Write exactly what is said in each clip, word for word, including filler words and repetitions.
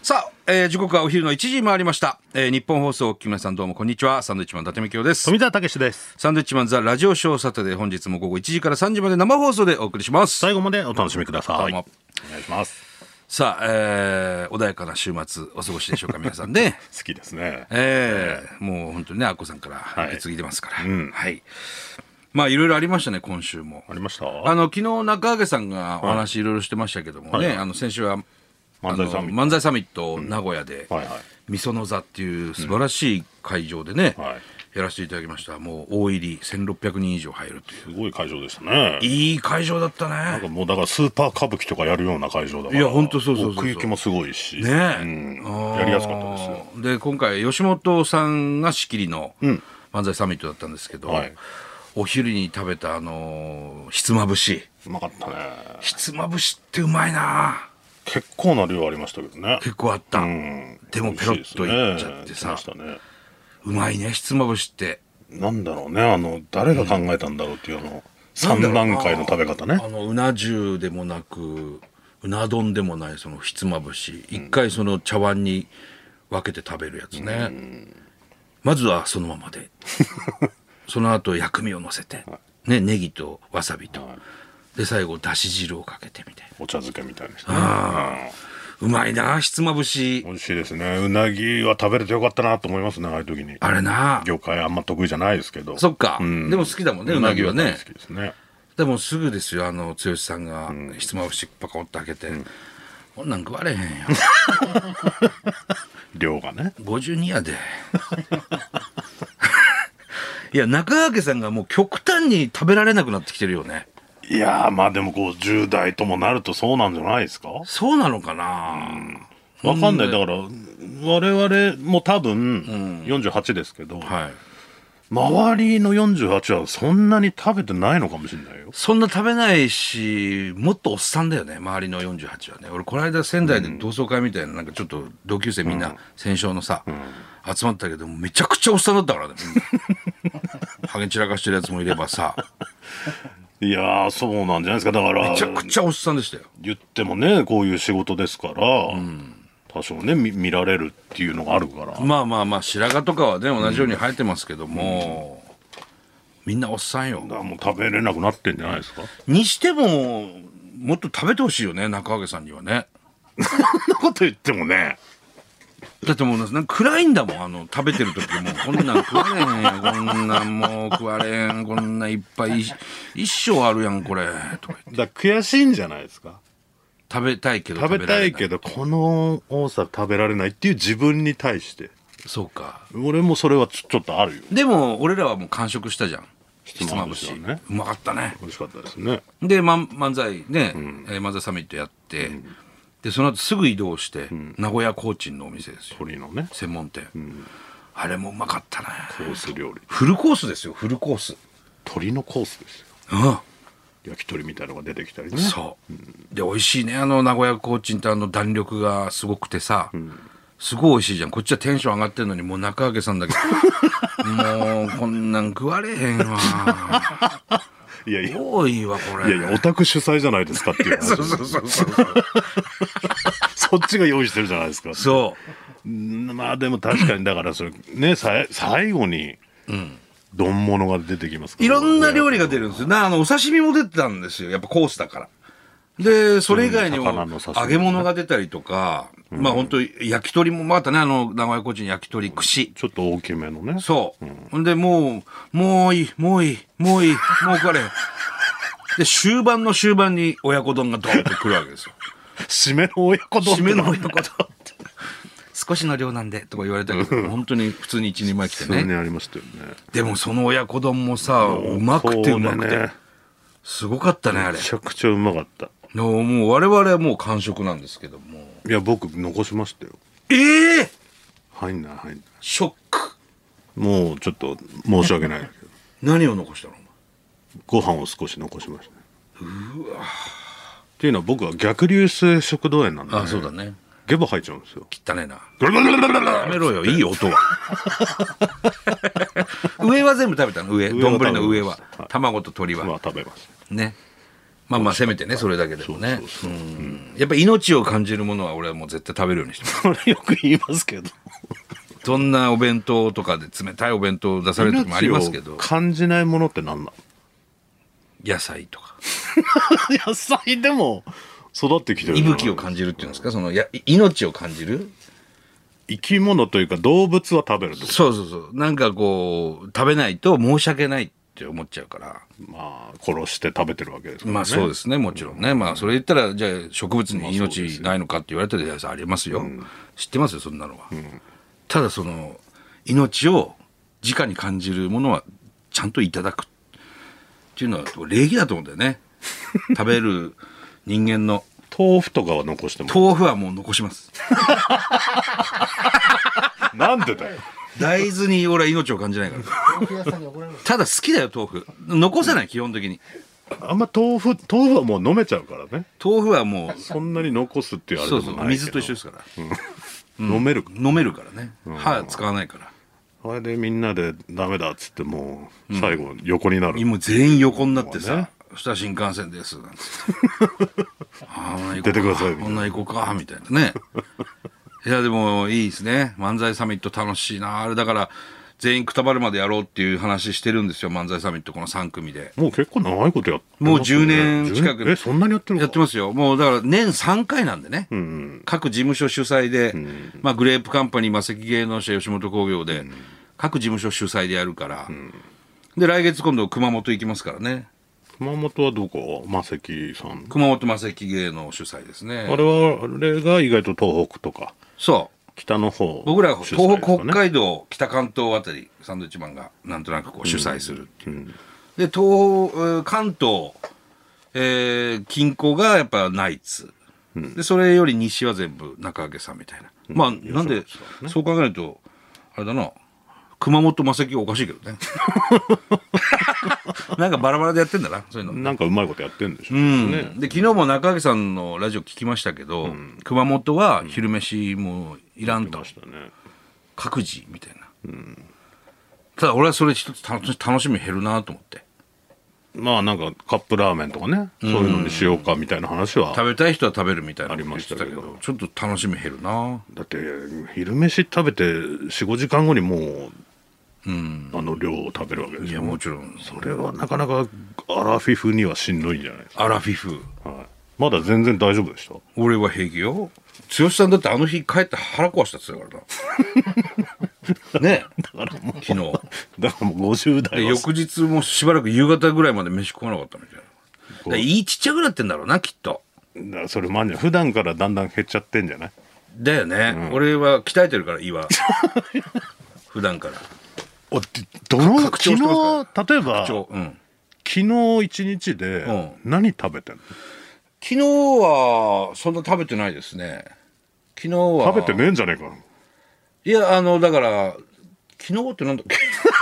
さあ、えー、時刻はお昼のいちじ回りました、えー、日本放送お聞きの皆さんどうもこんにちは。サンドウィッチマン伊達美京です。 富澤たけしです。 サンドウィッチマンザラジオショーサタデー、本日も午後いちじからさんじまで生放送でお送りします。 最後までお楽しみください。 どうもお願いします。 さあ、えー、穏やかな週末お過ごしでしょうか皆さんね。 好きですね。 えー、もう本当にね、アッコさんから受け継いでますから、 はい、うんはい、まあいろいろありましたね。今週もありました。 あの昨日中揚さんがお話いろいろしてましたけどもね、はい、あの先週は漫才サミット漫才サミット名古屋で、 うんはいはい、 みその座っていう素晴らしい会場でね、 うんはい、 やらせていただきました。もう大入りせんろっぴゃくにん以上入るというすごい会場でしたね。 いい会場だったね。 なんかもうだからスーパー歌舞伎とかやるような会場だから、 いや本当そうそうそうそう、 奥行きもすごいし、 ね、 うん、やりやすかったですよ。 で今回吉本さんが仕切りの漫才サミットだったんですけど、うんはい、お昼に食べたあのー、ひつまぶし、 うまかったね。 ひつまぶしってうまいな。 結構な量ありましたけどね。 結構あった、うん、でもペロッといっちゃってさ、ね、うまいねひつまぶしって。 なんだろうね、あの誰が考えたんだろうっていうあのさん段階の食べ方ね。 あのうな重でもなくうな丼でもないそのひつまぶし、一、うん、回その茶碗に分けて食べるやつね、うん、まずはそのままでその後薬味をのせて、はい、ね、ネギとわさびと、はい、で最後だし汁をかけてみたいなお茶漬けみたいですね。 うまいなひつまぶし。 美味しいですね。うなぎは食べれてよかったなと思いますね。ああいう時にあれな、 業界あんま得意じゃないですけど。 そっか、うん、でも好きだもんねうなぎはね。 好きですね。 でもすぐですよ、あの剛さんがひつまぶしパカッと開けて、うん、こんなん食われへんよ量がねごじゅうにやでいや中揚さんがもう極端に食べられなくなってきてるよね。 いやーまあでもごじゅう代ともなるとそうなんじゃないですか。 そうなのかな、 うん、わかんない。だから我々も多分よんじゅうはちですけど、うん、はい、周りのよんじゅうはちはそんなに食べてないのかもしれないよ。 そんな食べないし、もっとおっさんだよね周りのよんじゅうはちはね。俺この間仙台で同窓会みたいな、なんかちょっと同級生みんな戦勝のさ、うんうん、集まったけどめちゃくちゃおっさんだったからねみんなハゲ散らかしてるやつもいればさいやーそうなんじゃないですか。だからめちゃくちゃおっさんでしたよ。 言ってもねこういう仕事ですから、うん、多少ね 見, 見られるっていうのがあるから。 まあまあまあ白髪とかはね同じように生えてますけども、うん、みんなおっさんよ。 だからもう食べれなくなってんじゃないですか。 にしてももっと食べてほしいよね中揚さんにはねそんなこと言ってもね。 だってもうなんか暗いんだもん、あの食べてる時もうこんなん食われへんやんこんなんもう食われへんこんないっぱい一生あるやんこれとか言って。 だから悔しいんじゃないですか。 食べたいけど食べたいけどこの多さ食べられないっていう自分に対して。 そうか、 俺もそれはちょっとあるよ。でも俺らはもう完食したじゃんひつまぶし、ね、うまかったね。 美味しかったですね。 で、ま、漫才ね、うん、えー、漫才サミットやって、うん、でその後すぐ移動して、うん、名古屋コーチンのお店ですよ。 鳥のね専門店、うん、あれもうまかったね。 コース料理フルコースですよ。フルコース鳥のコースですよ、 うん、 焼き鳥みたいなのが出てきたりね。 そう、うん、で美味しいねあの名古屋コーチンってあの弾力がすごくてさ、うん、すごい美味しいじゃん。こっちはテンション上がってるのにもう中揚さんだけもうこんなん食われへんわいやいや多いわこれ。 いやいやオタク主催じゃないですかっていうそうそうそうそうそっちが用意してるじゃないですか。 そうまあでも確かにだからそれねさ最後に丼物が出てきますから、 ね、いろんな料理が出るんですよな。あのお刺身も出てたんですよやっぱコースだから。でそれ以外にも揚げ物が出たりとか、うん、まあ本当焼き鳥もまたねあの名古屋コーチン焼き鳥串ちょっと大きめのね。 そう、うん、でもうもういいもういいもういいもうこれで終盤の終盤に親子丼がドンってくるわけですよ締めの親子丼締めの親子丼って少しの量なんでとか言われたけど本当に普通に一人前来てね。 普通にありましたよね。 でもその親子丼もさうまくてうまくて、ね、すごかったねあれ。 めちゃくちゃうまかった。 もう我々はもう完食なんですけども。 いや僕残しましたよ。 ええー、 入んない入んない。 ショック。 もうちょっと申し訳ないけど何を残したの。 ご飯を少し残しましたね。 うわっていうのは僕は逆流性食道炎なんで、ね、 あそうだねゲボ吐いちゃうんですよ。 汚ねえなやめろよいい音は上は全部食べたの。上丼の上は、はい、卵と鶏は、 まあ、食べますね。 まあまあせめてねそれだけでもね。やっぱ命を感じるものは俺はもう絶対食べるようにしてます。 それよく言いますけど。 どんなお弁当とかで冷たいお弁当出される時もありますけど。 感じないものって何なの？ 野菜とか。 野菜でも育ってきてる。 息吹を感じるっていうんですか、そのや命を感じる。 生き物というか動物は食べると。 そうそうそう。なんかこう食べないと申し訳ないって思っちゃうから。 まあ殺して食べてるわけですからね。 まあそうですね、もちろんね。うん、まあそれ言ったらじゃあ植物に命ないのかって言われたらありますよ。うん、知ってますよそんなのは。うん、ただその命を直に感じるものはちゃんといただくっていうのは礼儀だと思うんだよね。食べる人間の。 豆腐とかは残しても豆腐はもう残します。 なんでだよ。 大豆に俺は命を感じないから。ただ好きだよ豆腐。残せない基本的に。 あんま豆腐豆腐はもう飲めちゃうからね。 豆腐はもうそんなに残すっていうあれでもないけど。 そうそう水と一緒ですから。 うん、飲める飲めるからね。歯使わないから。 あれでみんなでダメだっつってもう最後横になる。 もう全員横になってさ。そしたら新幹線ですなんつってああ出てくださいこんな行こうかみたいなね。いやでもいいですね漫才サミット楽しいなあれだから全員くたばるまでやろうっていう話してるんですよ漫才サミットこのさん組で。 もう結構長いことやってますね。 もうじゅうねん近く。 えそんなにやってるの？ やってますよ。もうだから年さんかいなんでね、うんうん、各事務所主催で、うん、まあグレープカンパニーマセキ芸能社吉本興業で、うん、各事務所主催でやるから、うん、で来月今度熊本行きますからね。 熊本はどこ？マセキさん。 熊本マセキ芸能主催ですね。 あれはあれが意外と東北とか。 そう北の方、 僕らは東北、北海道北関東あたりサンドウィッチマンがなんとなくこう主催するっていう、うんうん、で東関東、えー、近郊がやっぱナイツ、うん、でそれより西は全部中揚さんみたいな、うん、まあなんでそう、ね、そう考えるとあれだな熊本マセキおかしいけどねなんかバラバラでやってんだなそういうの。 なんかうまいことやってんでしょうね、うん、で昨日も中揚さんのラジオ聞きましたけど、うん、熊本は昼飯もいらんと、うんね、各自みたいな、うん、ただ俺はそれ一つ楽しみ減るなと思って。 まあなんかカップラーメンとかね、うん、そういうのにしようかみたいな話は食べたい人は食べるみたいなありましたけどちょっと楽しみ減るな。 だって昼飯食べて よんごじかんごにもううん、あの量を食べるわけですよ。 いやもちろんそれはなかなかアラフィフにはしんどいんじゃないですか。 アラフィフ、 はい、まだ全然大丈夫でした。 俺は平気よ。剛さんだってあの日帰って腹壊したって言ってたからなねだからもう昨日だからもうごじゅう代翌日もしばらく夕方ぐらいまで飯食わなかったみたいな。だいいちっちゃくなってんだろうなきっと。 だからそれもあんじゃん普段からだんだん減っちゃってんじゃないだよね、うん、俺は鍛えてるからいいわ普段からどの昨日例えば、うん、昨日一日で何食べてんの？ 昨日はそんな食べてないですね。昨日は食べてねえんじゃねえか。 いやあのだから昨日ってなんだっけ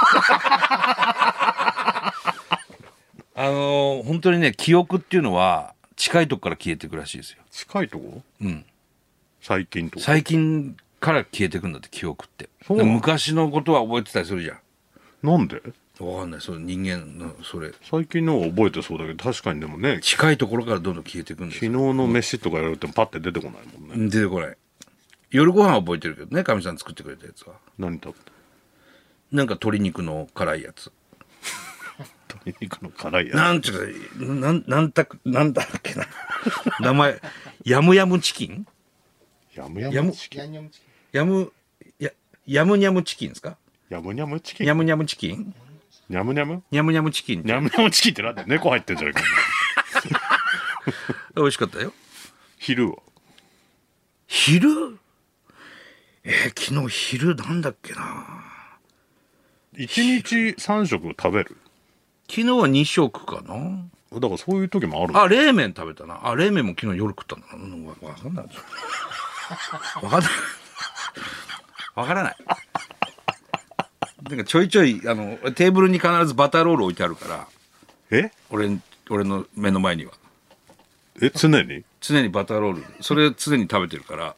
あの本当にね記憶っていうのは近いとこから消えていくらしいですよ。 近いとこ？ うん最近とか最近から消えていくんだって記憶って。昔のことは覚えてたりするじゃん。 なんで？ わかんない。その人間のそれ最近のは覚えてそうだけど確かにでもね近いところからどんどん消えていくんですよ。 昨日の飯とかやられてもパッて出てこないもんね。 出てこない。夜ご飯は覚えてるけどねかみさん作ってくれたやつは。 何食べた？ なんか鶏肉の辛いやつ鶏肉の辛いやつなんちゅうなんなんたくなんだっけな名前ヤムヤムチキンヤムヤムチキンヤムやヤムニャムチキンですか？ ヤムニャムチキンヤムニャムチキンニャムニャムニャムニャムチキンニャムニャムチキンってなんで猫入ってんじゃないか美味しかったよ。 昼は昼えー、昨日昼なんだっけな。 一日三食食べる？ 昨日は二食かな。 だからそういう時もある。 あ冷麺食べたな。あ冷麺も昨日夜食ったんだな。わかんないわかんないわからないなんかちょいちょいあのテーブルに必ずバターロール置いてあるからえ俺, 俺の目の前にはえ常に常にバターロールそれ常に食べてるから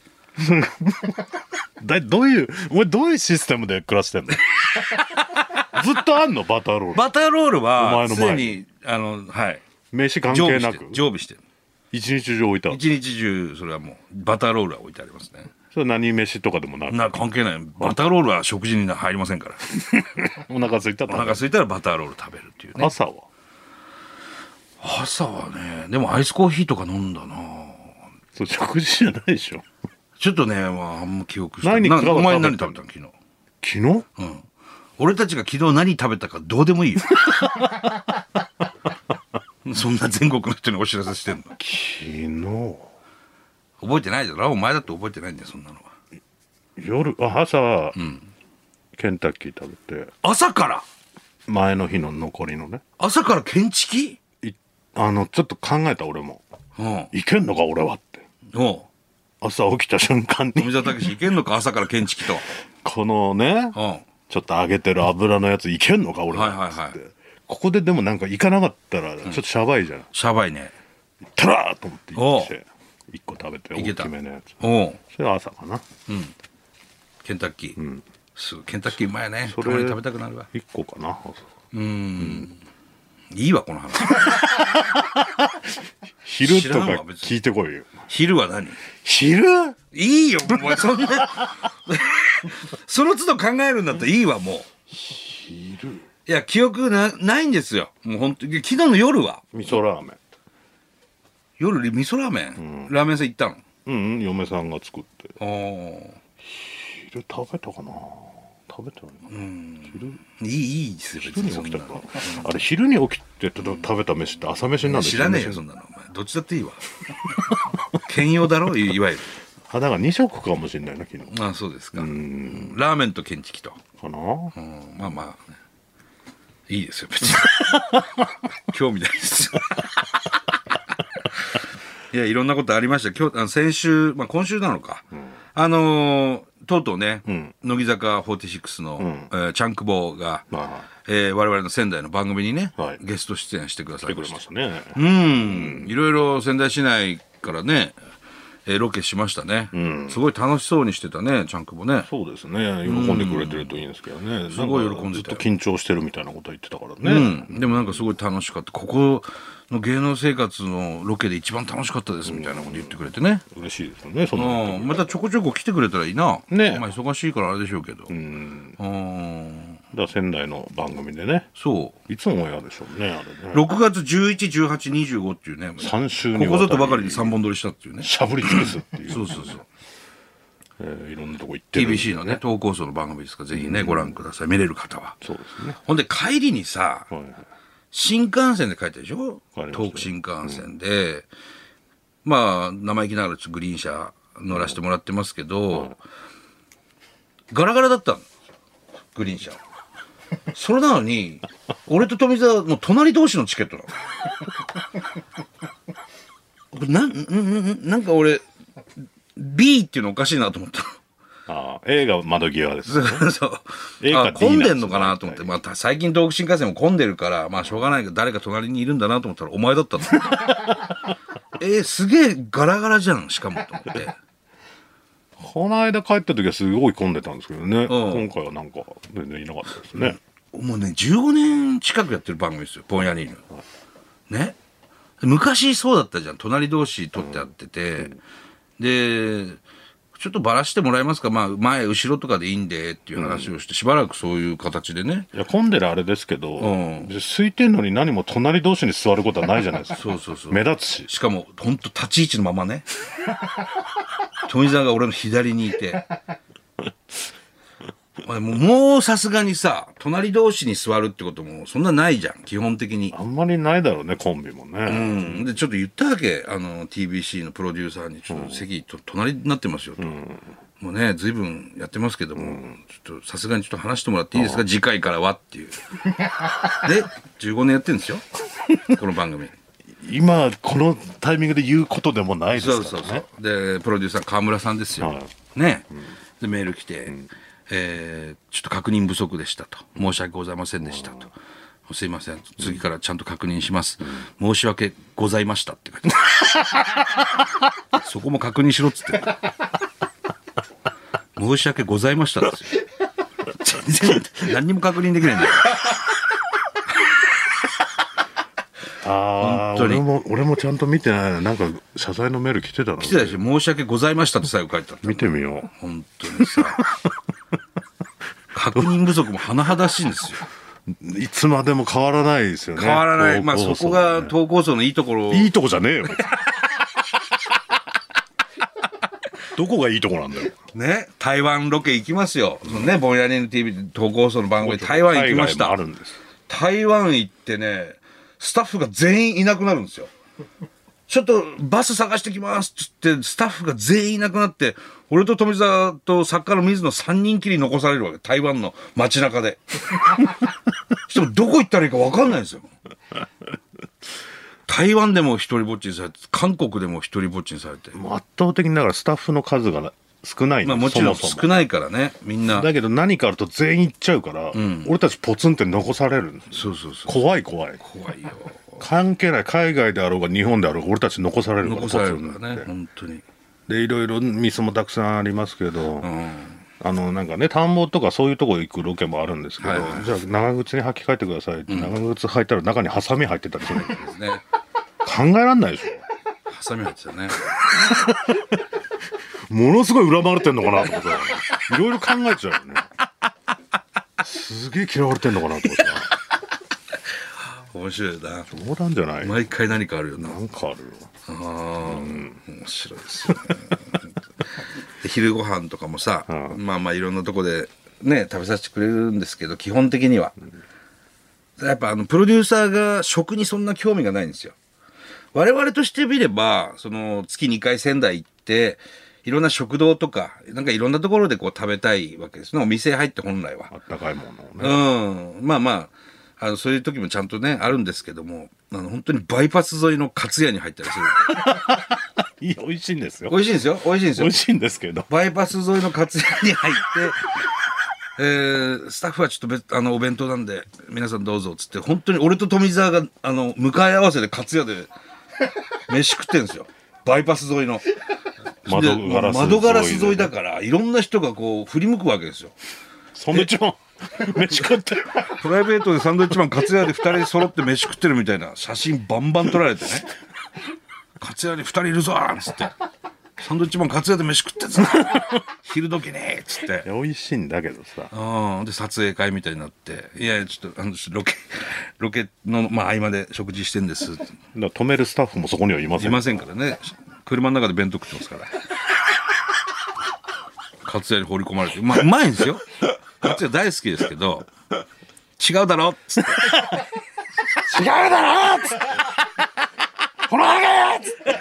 だどういうお前どういうシステムで暮らしてんのずっとあんのバターロール。 バターロールは常にあのはい飯関係なく常備してる。 一日中置いた。 一日中それはもうバターロールは置いてありますね。 それ何飯とかでもなく。 な関係ない。バターロールは食事に入りませんから。 お腹空いたらお腹空いたらバターロール食べるっていうね。 朝は朝はね、でもアイスコーヒーとか飲んだな。 そう食事じゃないでしょ。 ちょっとね、まあ、あんま記憶して何ない。お前何食べた食べたの昨日。 昨日うん。俺たちが昨日何食べたかどうでもいいよ。そんな全国の人にお知らせしてんの。 昨日覚えてないだろ。お前だって覚えてないんだよ、そんなのは。 夜あ朝は、うん、ケンタッキー食べて。 朝から。 前の日の残りのね。 朝からケンチキ。 あのちょっと考えた俺も。うん。いけんのか俺はって。うん。朝起きた瞬間に富澤たけしいけんのか朝からケンチキとこのね、うん、ちょっと揚げてる油のやついけんのか俺は、はいはいはい、ここででもなんか行かなかったらちょっとシャバいじゃん、うん、 シャバいね。 行ったらーと思って行っていっこ食べて大きめのやつ。おそれは朝かな、 うん、ケンタッキー、うん、ケンタッキーうまいね。たまに食べたくなるわ。いっこかな。 うん、うん、いいわこの話。 昼とか聞いてこいよ。 昼は何？ 昼いいよもうそんなその都度考えるんだったらいいわもう。 昼いや記憶 な, ないんですよもう本当に。昨日の夜は味噌ラーメン。 夜味噌ラーメン、うん、ラーメン屋さん行ったの？ うん、嫁さんが作って。ああ昼食べたかな。食べたのかな、うん、昼いいいいですよ昼に起きたか、うん、あれ昼に起きて食べた飯って朝飯になる。 知らねえよそんなのお前。どっちだっていいわ。兼用だろいわゆる。 あだからに食かもしれないな昨日。 ああそうですか。うんラーメンとケンチキとかな、うん、 まあまあいいですよ別に。興味ないですいやいろんなことありました。今日あの先週、まあ、今週なのか、うん、あのーとうとうね、うん、乃木坂フォーティシックスの、うんえー、チャンクボーが、まあえー、我々の仙台の番組にね、はい、ゲスト出演してくださいました。 してくれましたね。 うん、うん、いろいろ仙台市内からね、えー、ロケしましたね、うん、すごい楽しそうにしてたねチャンクボね。 そうですね喜んでくれてるといいんですけどね、うん、 すごい喜んでた。 ずっと緊張してるみたいなこと言ってたからね、 うん、でもなんかすごい楽しかった。ここの芸能生活のロケで一番楽しかったですみたいなこと言ってくれてね、 うん、嬉しいですよね。そんなまたちょこちょこ来てくれたらいいな、ねまあ、忙しいからあれでしょうけど、うん、 あだから仙台の番組でね。 そういつもやでしょうねあれね。 ろくがつじゅういち、じゅうはち、にじゅうごっていうねさん週にここぞとばかりにさんぼん撮りしたっていうね。 しゃぶり尽くすっていう、ね、 そうそうそう、 えー、いろんなとこ行ってる、ね、 ティービーシー のね投稿層の番組ですからぜひね、うん、ご覧ください見れる方は。 そうですね。 ほんで帰りにさ、はいはい、新幹線で帰ったでしょ。東北新幹線で、うん、まあ生意気ながらちょっとグリーン車乗らせてもらってますけど、うん、ガラガラだったのグリーン車。それなのに俺と富澤の隣同士のチケットなの。な, な, なんか俺 B っていうのおかしいなと思った。 ああ A が窓際です、ね、 そうそう A か D 混んでんのかなと思って、まあ、最近東北新幹線も混んでるからまあしょうがないけど誰か隣にいるんだなと思ったらお前だったの。えー、すげえガラガラじゃんしかもと思って。 この間帰った時はすごい混んでたんですけどね、うん、今回はなんか全然いなかったですね、 うん、もうねじゅうごねん近くやってる番組ですよぼんやり犬、はい、ね昔そうだったじゃん隣同士撮ってあってて、うん、でちょっとバラしてもらえますか、まあ、前後ろとかでいいんでっていう話をして、うん、しばらくそういう形でね。 いや混んでるあれですけど、うん、空いてんのに何も隣同士に座ることはないじゃないですか。 そうそうそう目立つししかもほんと立ち位置のままね富澤が俺の左にいてもうさすがにさ隣同士に座るってこともそんなないじゃん基本的に。 あんまりないだろうねコンビもね、 うん、でちょっと言ったわけあの ティービーシー のプロデューサーにちょっと席と隣になってますよと、うん、もうね随分やってますけども、うん、ちょっとさすがにちょっと話してもらっていいですか次回からはっていうでじゅうごねんやってるんですよこの番組。 今このタイミングで言うことでもないですからね。 そうそうそうでプロデューサー川村さんですよ、はい、ね、うん、でメール来て、うんえー、ちょっと確認不足でしたと申し訳ございませんでしたとすいません次からちゃんと確認します、うん、申し訳ございましたって書いてそこも確認しろっつって申し訳ございましたですよ全然何にも確認できないんだよ。 あああ、俺も俺もちゃんと見てないな。なんか謝罪のメール来てたの。 来てたし、申し訳ございましたって最後書いてあった。 見てみよう。 本当にさ確認不足も甚だしいんですよ。 いつまでも変わらないですよね。 変わらない。まあそこが投稿層のいいところ。 いいとこじゃねえよ。どこがいいとこなんだよ。 ね、台湾ロケ行きますよ。そのね、ぼんやりん ティービー 投稿層の番組で台湾行きました。 あるんです。 台湾行ってね、スタッフが全員いなくなるんですよ。ちょっとバス探してきますっつってスタッフが全員いなくなって、俺と富澤と作家の水野さんにんきり残されるわけ。台湾の街中で。してもどこ行ったらいいか分かんないんですよ。台湾でも一人ぼっちにされて、韓国でも一人ぼっちにされて。 もう圧倒的にだからスタッフの数が少ないんまあもちろん少ないからね、みんな。 だけど何かあると全員行っちゃうから、うん、俺たちポツンって残されるんです。 そうそうそう。 怖い怖い。 怖いよ。 関係ない。海外であろうが日本であろうが俺たち残されるから。 残されるからね、本当に。 でいろいろミスもたくさんありますけど、うん、あのなんかね田んぼとかそういうとこ行くロケもあるんですけど、はいはい、じゃあ長靴に履き替えてくださいって、うん、長靴履いたら中にハサミ入ってたりするんですね。考えらんないでしょ。 ハサミ入ってたね。 ものすごい恨まれてんのかなとかさ、いろいろ考えちゃうよね。すげえ嫌われてんのかなとかさ。 面白いな。 冗談じゃない。 毎回何かあるよな。 なんかあるよ。 ああ、うん、面白いですよね。昼ご飯とかもさ、うん、まあまあいろんなとこでね食べさせてくれるんですけど、基本的には、うん、やっぱあのプロデューサーが食にそんな興味がないんですよ。我々としてみればその月にかい仙台行っていろんな食堂とかなんかいろんなところでこう食べたいわけですね。お店入って本来はあったかいものをね。うん、まあまあ。あのそういう時もちゃんとねあるんですけども、あの本当にバイパス沿いのカツ屋に入ったりする。 いい美味しいんですよ。 美味しいんですよ。美味しいんですよ。 美味しいんですけど。 バイパス沿いのカツ屋に入って、えー、スタッフはちょっと別あのお弁当なんで皆さんどうぞっつって本当に俺と富澤があの向かい合わせでカツ屋で飯食ってるんですよ。バイパス沿いの窓ガラス窓ガラス沿いだからいろんな人がこう振り向くわけですよ。 サンドイッチマン飯食ってる。 プライベートでサンドイッチマンカツ屋でふたり揃って飯食ってるみたいな写真バンバン撮られてね、カツ屋にふたりいるぞーっつって、サンドイッチマンカツ屋で飯食ってんぞ昼時ねっつって。 美味しいんだけどさ、 うん、で撮影会みたいになって、いやちょっとあのロケロケの、まあ、合間で食事してんですって。だから止めるスタッフもそこにはいませんいませんからね。車の中で弁当食ってますからカツ屋に放り込まれて、まあうまいんですよ。カツ屋大好きですけど、違うだろっつって違うだろっつってこのハゲっつって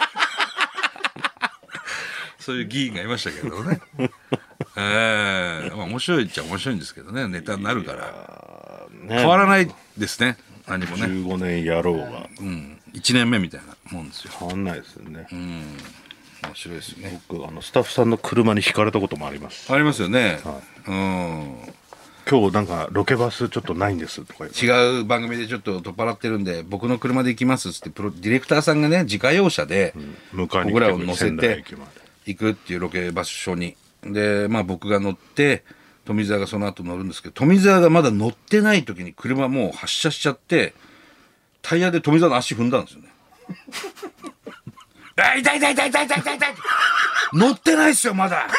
そういう議員がいましたけどね。えー、まあ面白いっちゃ面白いんですけどね、ネタになるから、ね、変わらないですね、何もね。 じゅうごねんやろうが、 うん、いちねんめみたいなもんですよ。 変わんないですよね。 うん、面白いですよね。 僕あのスタッフさんの車にひかれたこともあります。 ありますよね、 はい、 うん、 今日なんかロケバスちょっとないんですとか違う番組でちょっと取っ払ってるんで僕の車で行きますっつってプロディレクターさんがね自家用車で僕らを乗せて行くっていうロケ場所にで、まあ僕が乗って富澤がその後乗るんですけど、富澤がまだ乗ってない時に車もう発車しちゃってタイヤで富澤の足踏んだんですよね。あ、痛い痛い痛い痛い痛い痛い痛い乗ってないっすよまだ。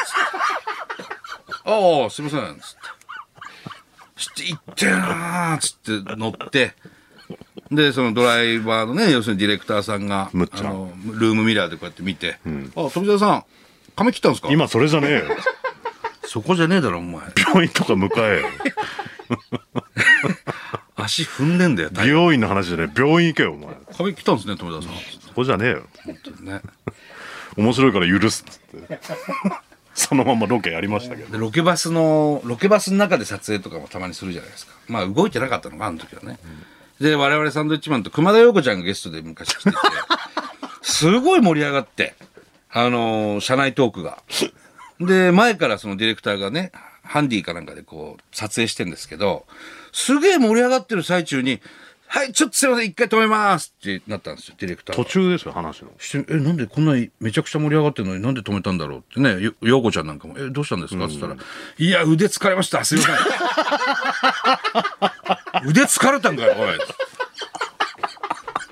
ああすいませんつって行ってなーっつって乗ってでそのドライバーのね要するにディレクターさんがあのルームミラーでこうやって見て、うん、あ富澤さん髪切ったんですか。 今それじゃねえよ。 そこじゃねえだろお前。 病院とか迎えよ。 足踏んでんだよ。 病院の話じゃねえ、病院行けよお前。 髪切ったんですね富澤さん。 そこじゃねえよ。 本当にね。 面白いから許すっつってそのままロケやりましたけど、 でロケバスのロケバスの中で撮影とかもたまにするじゃないですか。まあ動いてなかったのかあの時はね、うん、で我々サンドイッチマンと熊田曜子ちゃんがゲストで昔来ててすごい盛り上がってあのー、車内トークがで前からそのディレクターがねハンディかなんかでこう撮影してんですけど、すげえ盛り上がってる最中にはいちょっとすいません一回止めますってなったんですよディレクターが。 途中ですよ話の。 えなんでこんなにめちゃくちゃ盛り上がってるのになんで止めたんだろうってね、よ陽子ちゃんなんかもえどうしたんですかって言ったら、いや腕疲れましたすいません腕疲れたんかよおい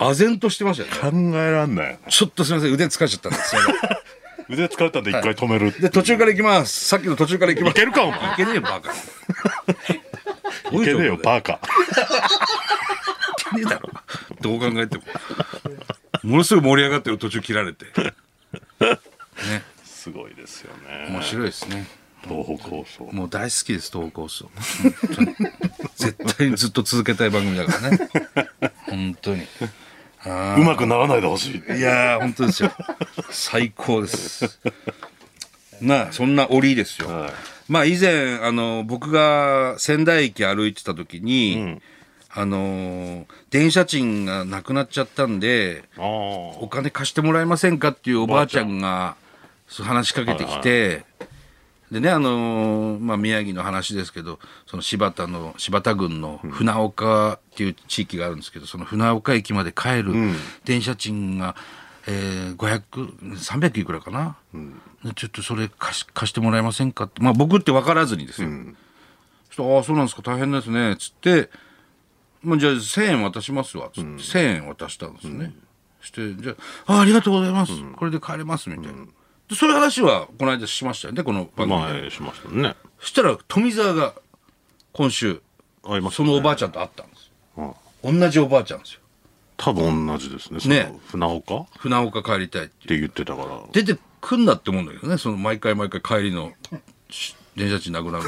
唖然としてましたよね。 考えらんない。 ちょっとすみません、腕疲れちゃったんですよ。 腕疲れたんで一回止める、はい、 で途中から行きます。さっきの途中から行きます。 いけるかお前。 いけねえよバカ。 いけねえよバカ。いけねえだろ。どう考えても。ものすごい盛り上がってる途中切られて。ね。 すごいですよね。 面白いですね。 東北放送。 もう大好きです東北放送。絶対にずっと続けたい番組だからね。本当に。 うまくならないでほしい。 いやー本当ですよ。最高です。なあそんな折ですよ。はい、まあ以前あの僕が仙台駅歩いてた時に、うん、あの電車賃がなくなっちゃったんでお金貸してもらえませんかっていうおばあちゃんが話しかけてきて、はいはい、でねあのーまあ、宮城の話ですけどその柴田の柴田郡の船岡っていう地域があるんですけど、その船岡駅まで帰る電車賃が、えー、ごひゃく、さんびゃくいくらかな、うん、ちょっとそれ貸し、貸してもらえませんかって、まあ、僕って分からずにですよ、うん、そしたらああそうなんですか大変ですねつってもうじゃあせんえん渡しますわつって、うん、せんえん渡したんですよね、うん、してじゃあ あ, ありがとうございます、うん、これで帰れますみたいな、うんでそういう話はこの間しましたよねこの番組で、 前しましたね。 そしたら富澤が今週会いましたね、そのおばあちゃんと会ったんですよ、うん、同じおばあちゃんですよ多分同じですね。そのね船岡船岡帰りたいって, って言ってたから出てくんなって思うんだけどねその毎回毎回帰りの電車賃なくなる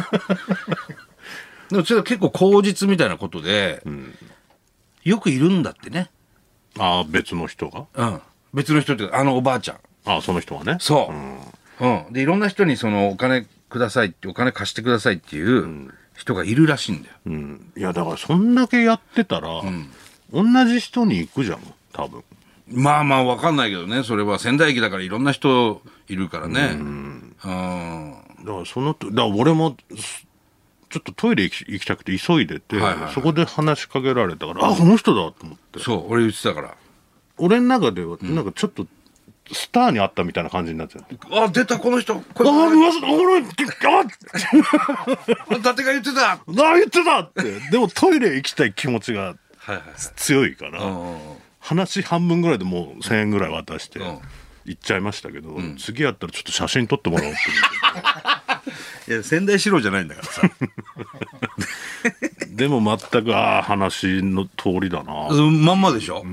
でもそれは結構口実みたいなことで、うん、よくいるんだってね。 ああ別の人がうん別の人ってあのおばあちゃんああその人はねそう、うんうん、でいろんな人にそのお金くださいってお金貸してくださいっていう人がいるらしいんだよ、 うん、いやだからそんだけやってたら、うん、同じ人に行くじゃん多分。 まあまあ分かんないけどねそれは仙台駅だからいろんな人いるからね、うん、 だからそのだから俺もちょっとトイレ行き、行きたくて急いでて、はいはいはい、そこで話しかけられたから、あ、この人だと思って。 そう俺言ってたから俺の中ではなんかちょっとスターに会ったみたいな感じになっちゃう、 うん、あ出たこの人これあ噂だこの人伊達が言ってたあ言ってたってでもトイレ行きたい気持ちが強いから、はいはいはい、話半分ぐらいでもうせんえんぐらい渡して行っちゃいましたけど、うん、次やったらちょっと写真撮ってもらおうっていや仙台四郎じゃないんだからさでも全くああ話の通りだな、 うん、まんまでしょ、うん、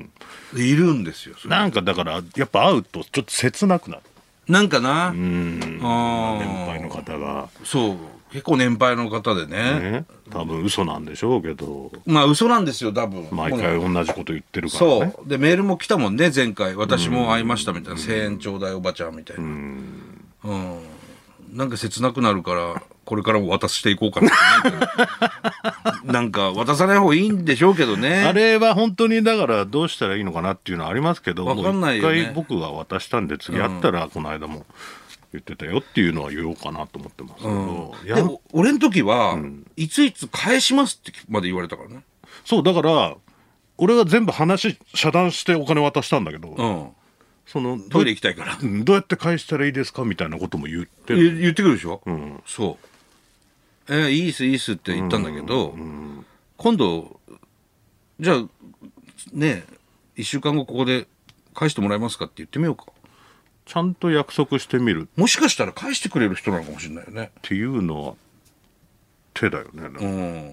いるんですよなんかだからやっぱ会うとちょっと切なくなるなんかなうんあ年配の方がそう結構年配の方で ね, ね多分嘘なんでしょうけどまあ嘘なんですよ多分毎回同じこと言ってるからねそうでメールも来たもんね前回私も会いましたみたいなせんえんちょうだいおばちゃんみたいなうんうんなんか切なくなるからこれからも渡していこうかななんか渡さない方がいいんでしょうけどねあれは本当にだからどうしたらいいのかなっていうのはありますけど分かんないよね一回僕が渡したんで次やったらこの間も言ってたよっていうのは言おうかなと思ってますけど、うん、 でも俺の時は、うん、いついつ返しますってまで言われたからねそうだから俺は全部話遮断してお金渡したんだけど、うんそのトイレ行きたいからどうやって返したらいいですかみたいなことも言って言ってくるでしょ、うん、そうえー、いいっすいいっすって言ったんだけど、うんうん、今度じゃあねいっしゅうかんごここで返してもらえますかって言ってみようかちゃんと約束してみるもしかしたら返してくれる人なのかもしれないよねっていうのは手だよね、うん、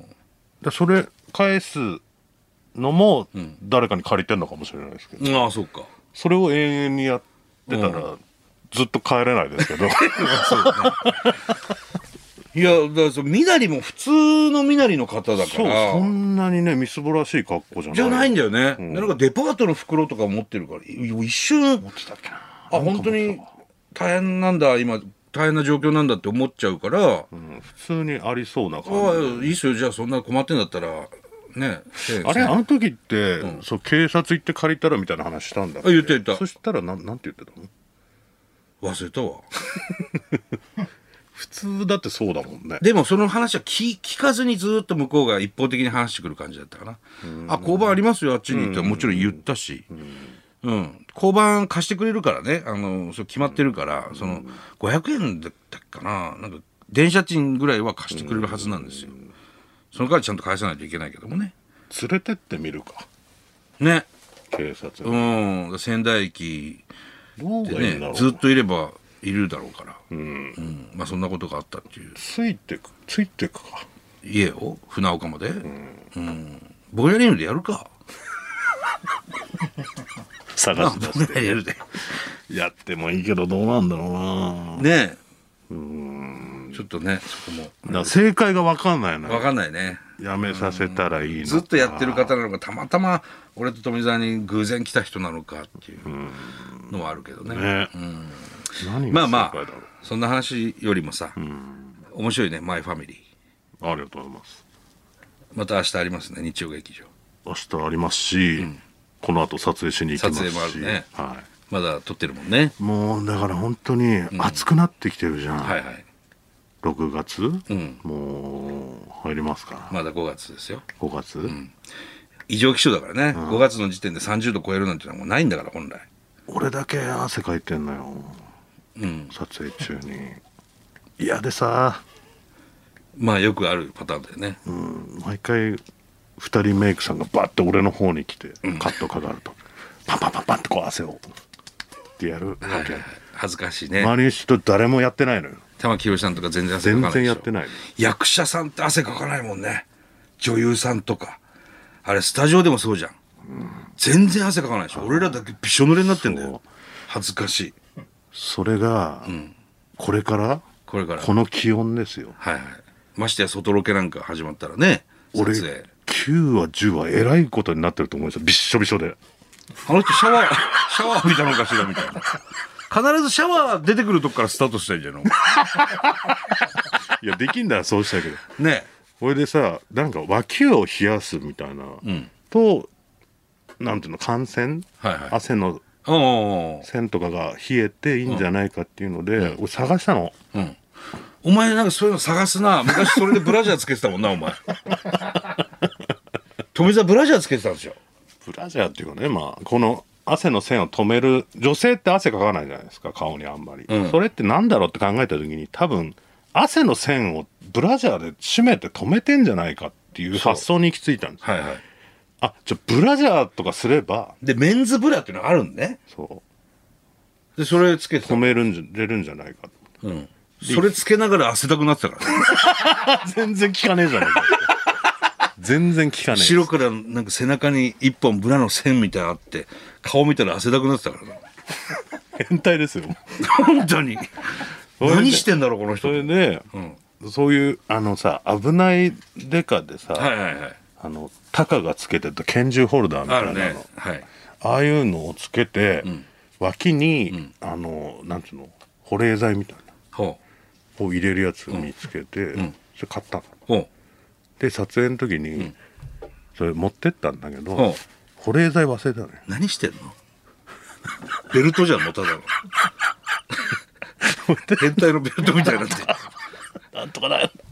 だそれ返すのも誰かに借りてんのかもしれないですけど、 うん、ああそうかそれを永遠にやってたら、うん、ずっと帰れないですけどそうねいやだからそみなりも普通のみなりの方だからそうそんなにねみすぼらしい格好じゃないじゃないんだよね、うん、なんかデパートの袋とか持ってるから一瞬持ってたっけなあ本当に大変なんだ今大変な状況なんだって思っちゃうから、 うん、普通にありそうな感じあいいっすよじゃあそんな困ってんだったらね、 あれあの時って、うん、そう警察行って借りたらみたいな話したんだっけあ言った言ったそしたらななんて言ってたの忘れたわ普通だってそうだもんねでもその話は 聞, 聞かずにずっと向こうが一方的に話してくる感じだったかなあ交番ありますよあっちにってもちろん言ったしうん、うん、交番貸してくれるからねあのそれ決まってるからそのごひゃくえんだったっけかななんか電車賃ぐらいは貸してくれるはずなんですよその代わりちゃんと返さないといけないけどもね連れてってみるかね。 警察うに。 ん。仙台駅どうでね、 がいいんだろう。 ずっといればいるだろうから。うん。まあそんなことがあったっていう。 ついてく、ついてくか。 家を船岡まで。うん。うん、ボイラリングでやるか。 探し出しボイラリングで。 て。やってもいいけど、どうなんだろうな。 ねうーん。 ちょっとね、そこも。 だから正解が分かんないな。 わかんないね。 やめさせたらいいのか。 ずっとやってる方なのか、たまたま俺と富澤に偶然来た人なのかっていうのはあるけどね。 ね。 うん、 何まあまあが正解だろう。 そんな話よりもさ、 うん。 面白いね、マイファミリー。 ありがとうございます。 また明日ありますね、日曜劇場。 明日ありますし、この後撮影しに行きますし。 撮影もあるね。 はまだ撮ってるもんね。 い。もうだから本当に暑くなってきてるじゃん。 はいはい。 ろくがつ、 うん。 もう入りますから。 まだごがつですよ。 ごがつ、 異常気象だからね、ごがつの時点でさんじゅうど超えるなんてのはもうないんだから本来。 俺だけ汗かいてんのよ。 うん。 撮影中に。嫌でさ、 まあよくあるパターンだよね。 うん、毎回ふたりメイクさんがバッて俺の方に来て、カットかかるとパンパンパンパンってこう汗をってやるわけ、 はいはいはい、恥ずかしいね。 周りの人誰もやってないのよ。 玉木宏さんとか全然汗かかないでしょ。 全然やってないの。 役者さんって汗かかないもんね。女優さんとかあれスタジオでもそうじゃん、うん、全然汗かかないでしょ。俺らだけびしょ濡れになってんだよ。恥ずかしい。 それが、うん、これからこれからこの気温ですよ。 はいはい。ましてや外ロケなんか始まったらね。 俺きゅうはじゅうはえらいことになってると思うんですよ。びっしょびしょで。 あの人シャワーシャワー浴びたのかしらみたいな。必ずシャワー出てくるとこからスタートしたいんじゃん。いやできんだらそうしたけどね。 これでさ、なんか脇を冷やすみたいな、うん、となんていうの、汗腺、はいはい、汗の線とかが冷えていいんじゃないかっていうので、うん、俺探したの、うん、 お前なんかそういうの探すな。昔それでブラジャーつけてたもんなお前。富澤ブラジャーつけてたんですよ。 ブラジャーっていうかね、まあこの汗の線を止める、女性って汗かかないじゃないですか、顔にあんまり、うん、それってなんだろうって考えた時に、多分汗の線をブラジャーで締めて止めてんじゃないかっていう発想に行き着いたんですよ。はいはい。あ、じゃあブラジャーとかすれば、 でメンズブラっていうのがあるんね。そうでそれつけて止めるんじゃれるんじゃないか、 うん、それつけながら汗だくなってたからね。 全然効かねえじゃないか。全然効かねえ。 後ろからなんか背中に一本ブラの線みたいなのあって顔見たら汗だくなってたからね。 変態ですよ本当に。何してんだろうこの人。 それで、うん、そういうあのさ、危ないデカでさ、 はいはいはい、 あのタカがつけてた拳銃ホルダーみたいなの、あるね、はい、ああいうのをつけて、うん、脇に、うん、あのなんつうの、保冷剤みたいなを入れるやつを見つけて、うん、それ買ったの。で撮影の時に、うん、それ持ってったんだけど、保冷剤忘れたね。 何してんの。ベルトじゃんもただの。変態のベルトみたいになって。 なんとかだよ。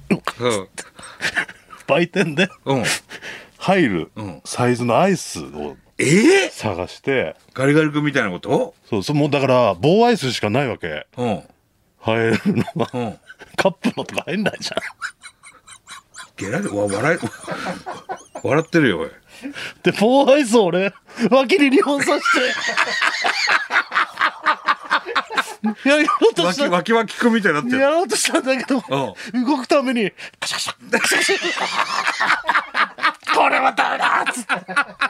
売店で、うん、入るサイズのアイスを探して、えー、ガリガリ君みたいなこと。 そうそう、もうだから棒アイスしかないわけ。うん、入るのは、うん、カップのとか入んないじゃん。 ゲラでわ笑い笑ってるよおい。 で棒アイスを俺脇ににほん刺してやろうとした。 脇脇くんみたいになってる。 やろうとしたんだけど、動くためにカシャカシャカシャこれはダメだっつって。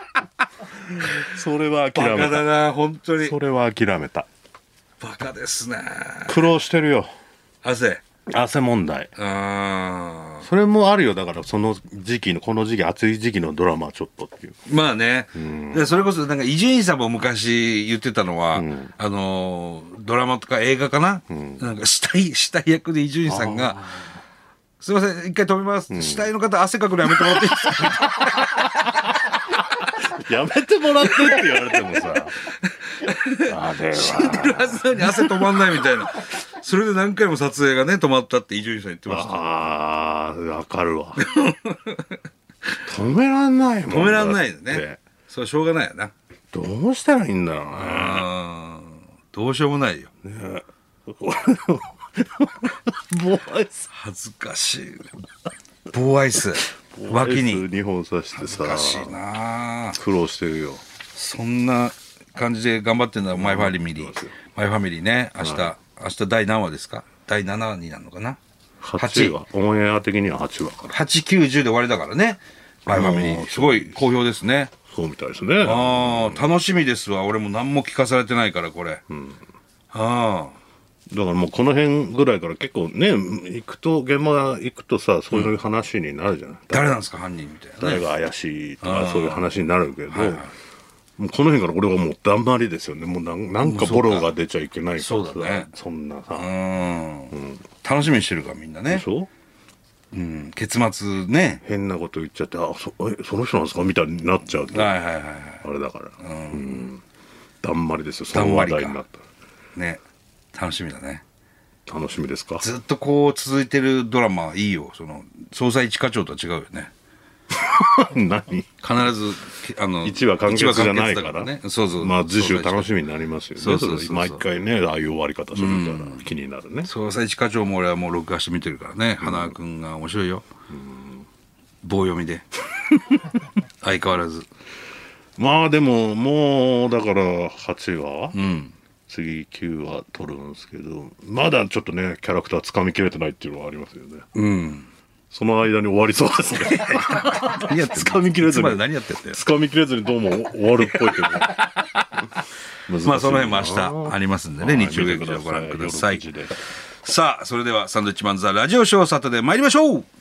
それは諦めた。 バカだな本当に。 それは諦めた。 バカですね。 苦労してるよ。 汗汗問題。ああ、それもあるよ。だからその時期の、この時期暑い時期のドラマはちょっとっていう。 まあね、うん、でそれこそなんか伊集院さんも昔言ってたのは、うん、あのドラマとか映画かな、うん、なんか死体死体役で伊集院さんが「すいません一回止めます」うん、死体の方汗かくのやめてもらっていいですか。 やめてもらってって言われてもさあれは死んでるはずなのに汗止まんないみたいな。それで何回も撮影がね止まったって伊集院さん言ってました。 ああ分かるわ。止めらんないもん。 止めらんないよね。それはしょうがないよな。 どうしたらいいんだろうね。 どうしようもないよ、ね、 棒アイス恥ずかしい。棒アイス脇ににほん刺してさ、 恥ずかしいな。 苦労してるよ。 そんな感じで頑張ってんだ、マイファミリー。マイファミリーね、明日、はい、明日だい何話ですか？だいななわになるのかな。 はちわ、オンエア的にははちわから。 はち、きゅう、じゅうで終わりだからね。マイファミリー。すごい好評ですね。 そうみたいですね。 ああ、楽しみですわ。俺も何も聞かされてないから、これ。うん、ああ。 だからもうこの辺ぐらいから結構ね、行くと、現場行くとさ、そういう話になるじゃない。うん、 誰なんですか、犯人みたいな、 ね。誰が怪しいとか、そういう話になるけど、はいはい、もうこの辺から俺はもうだんまりですよね。もうなん、なんかボロが出ちゃいけないからさ、 そうだね、 そんなさ、うんうん。楽しみにしてるからみんなね。 でしょ？ うん、結末ね。 変なこと言っちゃって、あ、そ、え、その人なんですかみたいになっちゃうと。 はいはいはいはい。 あれだから。うん。うん、だんまりですよ、その話題になったら。ね。楽しみだね。 楽しみですか？ ずっとこう続いてるドラマいいよ。その捜査一課長とは違うよね。 何？ 必ずあのいちわ完結じゃないからね。 そうそう。 まあ次週楽しみになりますよね。そうそうそう。毎回ね、ああいう終わり方するから気になるね。 捜査一課長も俺はもう録画して見てるからね。花輪君が面白いよ。棒読みで相変わらず。 まあでももうだからはちわ、 うん、 次きゅうわ撮るんですけど、まだちょっとねキャラクターつかみきれてないっていうのはありますよね。 うん。 その間に終わりそうですね。いや、つかみきれずに。 何やってんだよ。 つかみきれずにどうも終わるっぽいけど。 まあその辺も明日ありますんでね、日曜劇場ご覧ください。さあ、それではサンドウィッチマンザラジオショーサタデー参りましょう。